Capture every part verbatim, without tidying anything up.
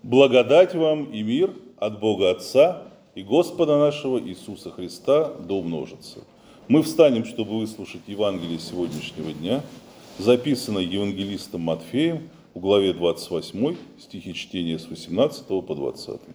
Благодать вам и мир от Бога Отца и Господа нашего Иисуса Христа да умножится. Мы встанем, чтобы выслушать Евангелие сегодняшнего дня, записанное евангелистом Матфеем в главе двадцать восьмой, стихи чтения с восемнадцатого по двадцатый.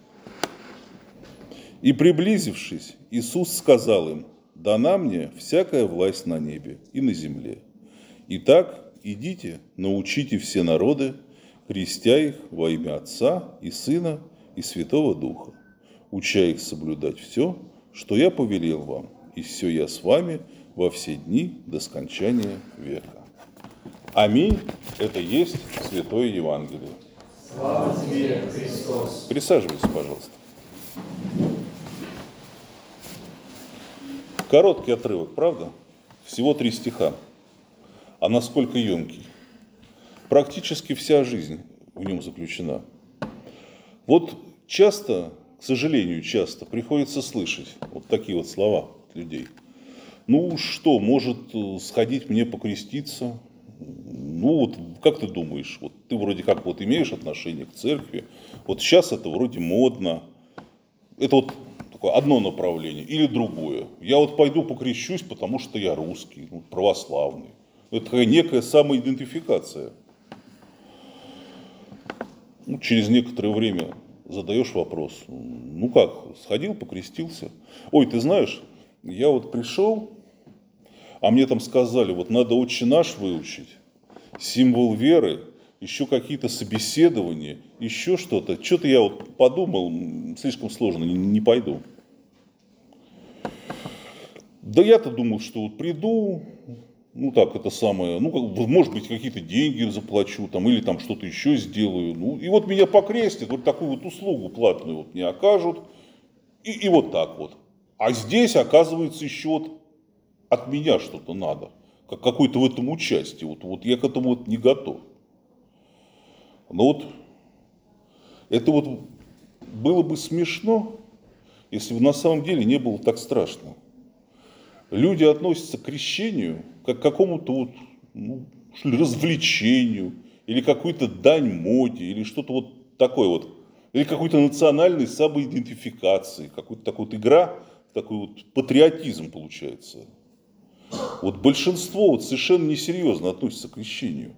«И приблизившись, Иисус сказал им: дана мне всякая власть на небе и на земле. Итак, идите, научите все народы, крестя их во имя Отца и Сына и Святого Духа, уча их соблюдать все, что я повелел вам, и все я с вами во все дни до скончания века». Аминь. Это есть Святое Евангелие. Слава тебе, Христос. Присаживайтесь, пожалуйста. Короткий отрывок, правда? Всего три стиха. А насколько емкий? Практически вся жизнь в нем заключена. Вот часто, к сожалению, часто приходится слышать вот такие вот слова от людей. Ну что, может сходить мне покреститься? Ну вот, как ты думаешь, вот ты вроде как вот имеешь отношение к церкви, вот сейчас это вроде модно. Это вот такое одно направление или другое. Я вот пойду покрещусь, потому что я русский, ну, православный. Это такая некая самоидентификация. Ну, через некоторое время задаешь вопрос: ну как, сходил, покрестился? Ой, ты знаешь, я вот пришел, а мне там сказали, вот надо «Отче наш» выучить, символ веры, еще какие-то собеседования, еще что-то. Что-то я вот подумал, слишком сложно, не, не пойду. Да я-то думал, что вот приду, ну так, это самое, ну, может быть, какие-то деньги заплачу, там, или там что-то еще сделаю. Ну, и вот меня покрестят, вот такую вот услугу платную вот мне окажут, и, и вот так вот. А здесь, оказывается, еще вот от меня что-то надо, как какое-то в этом участие. Вот, вот я к этому вот не готов. Но вот это вот было бы смешно, если бы на самом деле не было так страшно. Люди относятся к крещению как к какому-то вот, ну, что ли, развлечению, или какой-то дань моде, или что-то вот такое вот, или какой-то национальной самоидентификации, какой-то такой вот игра, такой вот патриотизм получается. Вот большинство вот совершенно несерьезно относится к крещению.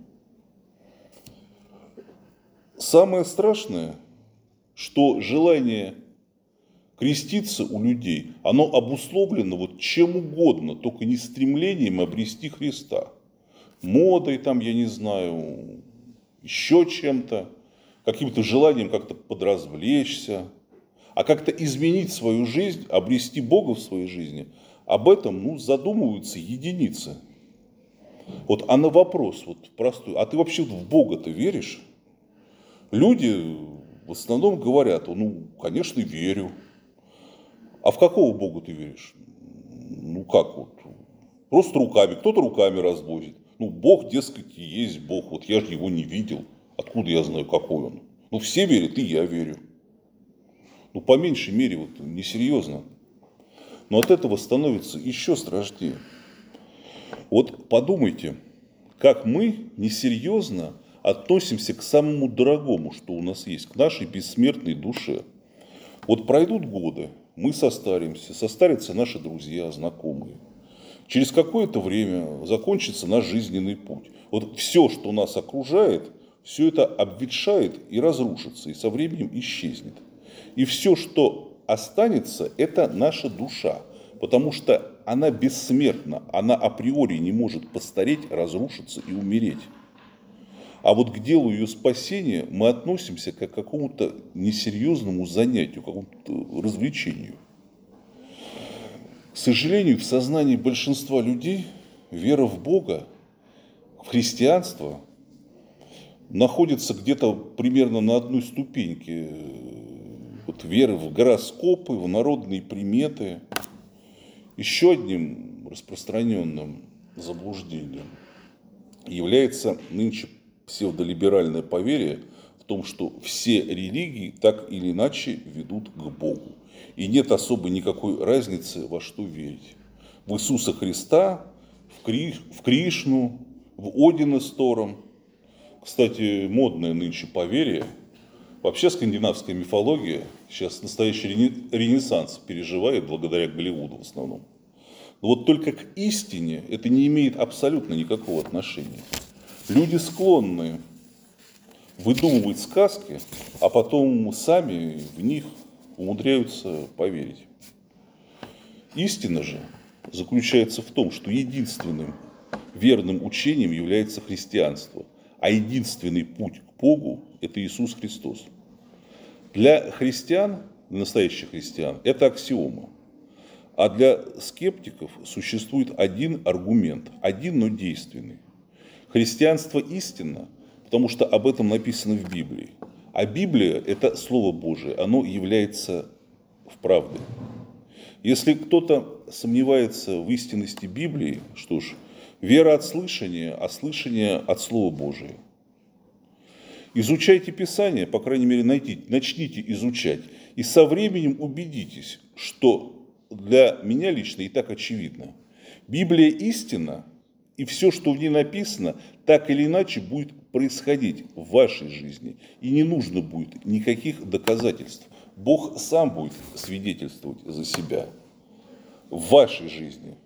Самое страшное, что желание креститься у людей, оно обусловлено вот чем угодно, только не стремлением обрести Христа. Модой там, я не знаю, еще чем-то, каким-то желанием как-то подразвлечься, а как-то изменить свою жизнь, обрести Бога в своей жизни. Об этом, ну, задумываются единицы. Вот, а на вопрос вот простой: а ты вообще в Бога-то веришь? Люди в основном говорят: ну, конечно, верю. А в какого Бога ты веришь? Ну как вот? Просто руками. Кто-то руками разводит. Ну, Бог, дескать, и есть Бог. Вот я же его не видел. Откуда я знаю, какой он? Ну, все верят, и я верю. Ну, по меньшей мере, вот несерьезно. Но от этого становится еще страшнее. Вот подумайте, как мы несерьезно относимся к самому дорогому, что у нас есть, к нашей бессмертной душе. Вот пройдут годы, мы состаримся, состарятся наши друзья, знакомые. Через какое-то время закончится наш жизненный путь. Вот все, что нас окружает, все это обветшает и разрушится, и со временем исчезнет. И все, что останется, это наша душа, потому что она бессмертна, она априори не может постареть, разрушиться и умереть. А вот к делу ее спасения мы относимся как к какому-то несерьезному занятию, к какому-то развлечению. К сожалению, в сознании большинства людей вера в Бога, в христианство находится где-то примерно на одной ступеньке. Вот веры в гороскопы, в народные приметы. Еще одним распространенным заблуждением является нынче псевдолиберальное поверье в том, что все религии так или иначе ведут к Богу. И нет особой никакой разницы, во что верить. В Иисуса Христа, в, Кри... в Кришну, в Одина с Тором. Кстати, модное нынче поверье Вообще скандинавская мифология сейчас настоящий рени- ренессанс переживает благодаря Голливуду в основном. Но вот только к истине это не имеет абсолютно никакого отношения. Люди склонны выдумывать сказки, а потом сами в них умудряются поверить. Истина же заключается в том, что единственным верным учением является христианство, а единственный путь к Богу – это Иисус Христос. Для христиан, настоящих христиан, это аксиома. А для скептиков существует один аргумент, один, но действенный. Христианство истинно, потому что об этом написано в Библии. А Библия – это Слово Божие, оно является в правде. Если кто-то сомневается в истинности Библии, что ж, вера от слышания, а слышание от Слова Божия. Изучайте Писание, по крайней мере, найдите, начните изучать, и со временем убедитесь, что для меня лично и так очевидно. Библия истинна, и все, что в ней написано, так или иначе будет происходить в вашей жизни. И не нужно будет никаких доказательств. Бог сам будет свидетельствовать за себя в вашей жизни.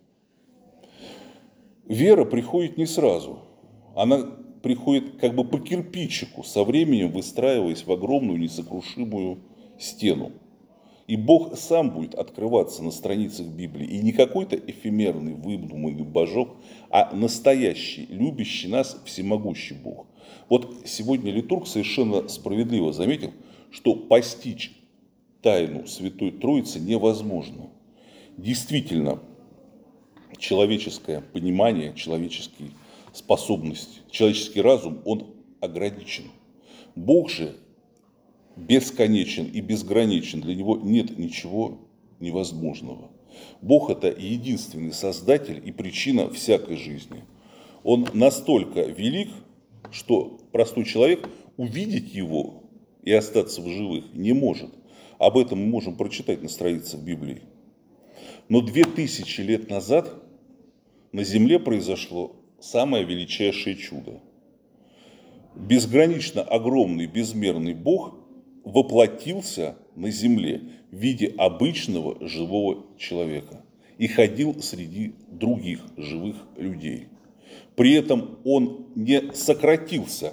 Вера приходит не сразу. Она приходит как бы по кирпичику, со временем выстраиваясь в огромную несокрушимую стену. И Бог сам будет открываться на страницах Библии. И не какой-то эфемерный, выдуманный божок, а настоящий, любящий нас, всемогущий Бог. Вот сегодня литург совершенно справедливо заметил, что постичь тайну Святой Троицы невозможно. Действительно, человеческое понимание, человеческие способности, человеческий разум, он ограничен. Бог же бесконечен и безграничен, для него нет ничего невозможного. Бог – это единственный создатель и причина всякой жизни. Он настолько велик, что простой человек увидеть его и остаться в живых не может. Об этом мы можем прочитать на страницах Библии. Но две тысячи лет назад на земле произошло самое величайшее чудо. Безгранично огромный, безмерный Бог воплотился на земле в виде обычного живого человека и ходил среди других живых людей. При этом он не сократился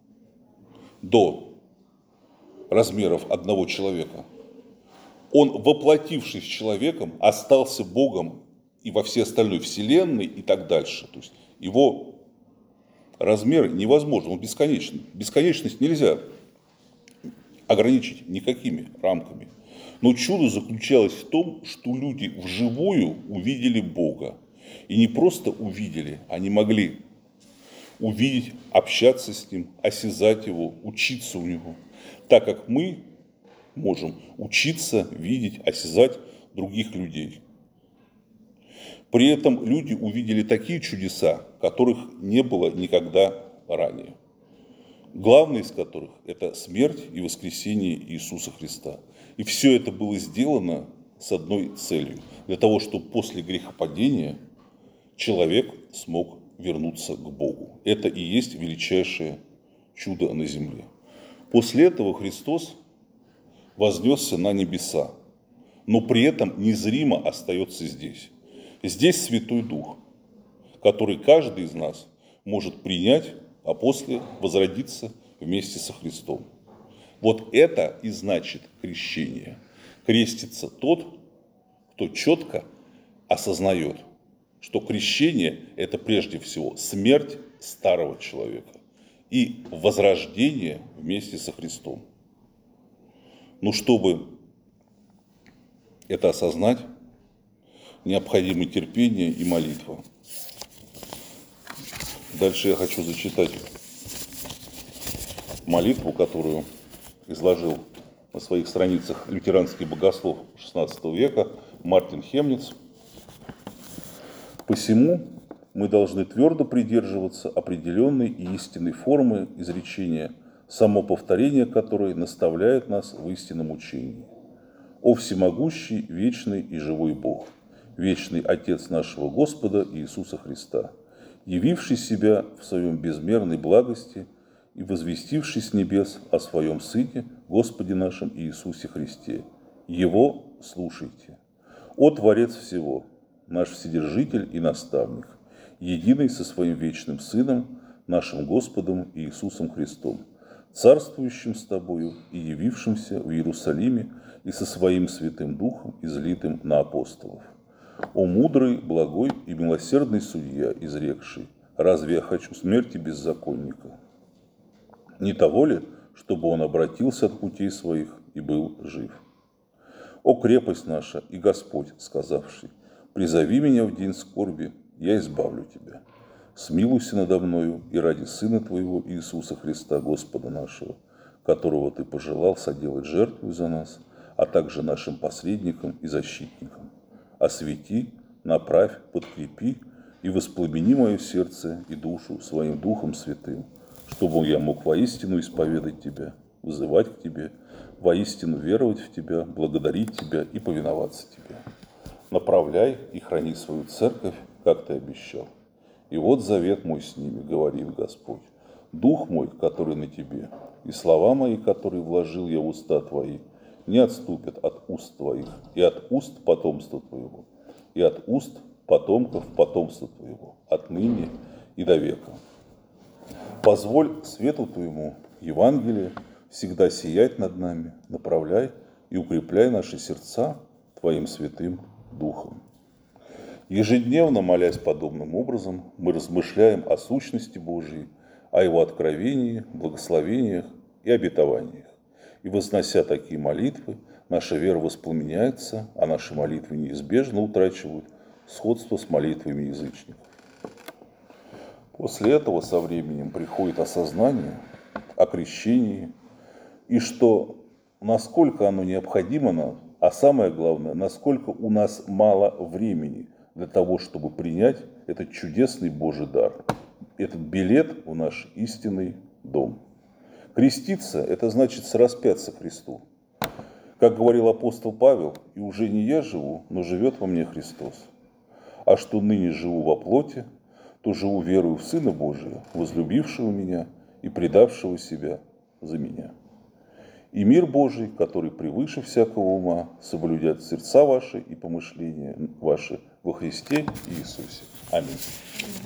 до размеров одного человека. Он, воплотившись человеком, остался Богом и во всей остальной вселенной и так дальше. То есть его размеры невозможны, он бесконечен. Бесконечность нельзя ограничить никакими рамками. Но чудо заключалось в том, что люди вживую увидели Бога. И не просто увидели, они могли увидеть, общаться с Ним, осязать Его, учиться у Него. Так как мы можем учиться, видеть, осязать других людей. При этом люди увидели такие чудеса, которых не было никогда ранее. Главное из которых – это смерть и воскресение Иисуса Христа. И все это было сделано с одной целью. Для того, чтобы после грехопадения человек смог вернуться к Богу. Это и есть величайшее чудо на земле. После этого Христос вознесся на небеса, но при этом незримо остается здесь. Здесь Святой Дух, который каждый из нас может принять, а после возродиться вместе со Христом. Вот это и значит крещение. Крестится тот, кто четко осознает, что крещение – это прежде всего смерть старого человека и возрождение вместе со Христом. Но чтобы это осознать, необходимо терпение и молитва. Дальше я хочу зачитать молитву, которую изложил на своих страницах лютеранский богослов шестнадцатого века Мартин Хемниц. «Посему мы должны твердо придерживаться определенной и истинной формы изречения, само повторение которой наставляет нас в истинном учении. О всемогущий, вечный и живой Бог, вечный Отец нашего Господа Иисуса Христа, явивший себя в своем безмерной благости и возвестивший с небес о своем Сыне, Господе нашем Иисусе Христе. Его слушайте. О Творец всего, наш Вседержитель и Наставник, единый со своим вечным Сыном, нашим Господом Иисусом Христом, царствующим с Тобою и явившимся в Иерусалиме и со своим Святым Духом, излитым на апостолов. О мудрый, благой и милосердный судья, изрекший: разве я хочу смерти беззаконника? Не того ли, чтобы он обратился от путей своих и был жив? О крепость наша и Господь, сказавший: призови меня в день скорби, я избавлю тебя. Смилуйся надо мною и ради Сына Твоего Иисуса Христа, Господа нашего, которого Ты пожелал соделать жертву за нас, а также нашим посредником и защитником. Освети, направь, подкрепи и воспламени мое сердце и душу своим Духом Святым, чтобы я мог воистину исповедать Тебя, вызывать к Тебе, воистину веровать в Тебя, благодарить Тебя и повиноваться Тебе. Направляй и храни свою церковь, как Ты обещал. И вот завет мой с ними, говорит Господь, Дух мой, который на тебе, и слова мои, которые вложил я в уста твои, не отступят от уст твоих, и от уст потомства твоего, и от уст потомков потомства твоего, отныне и до века. Позволь свету твоему, Евангелие, всегда сиять над нами, направляй и укрепляй наши сердца Твоим Святым Духом. Ежедневно, молясь подобным образом, мы размышляем о сущности Божией, о Его откровении, благословениях и обетованиях. И вознося такие молитвы, наша вера воспламеняется, а наши молитвы неизбежно утрачивают сходство с молитвами язычников. После этого со временем приходит осознание о крещении, и что насколько оно необходимо нам, а самое главное, насколько у нас мало времени для того, чтобы принять этот чудесный Божий дар, этот билет в наш истинный дом. Креститься – это значит сраспяться Христу. Как говорил апостол Павел, «И уже не я живу, но живет во мне Христос. А что ныне живу во плоти, то живу верою в Сына Божия, возлюбившего меня и предавшего себя за меня. И мир Божий, который превыше всякого ума, соблюдет сердца ваши и помышления ваши во Христе Иисусе». Аминь.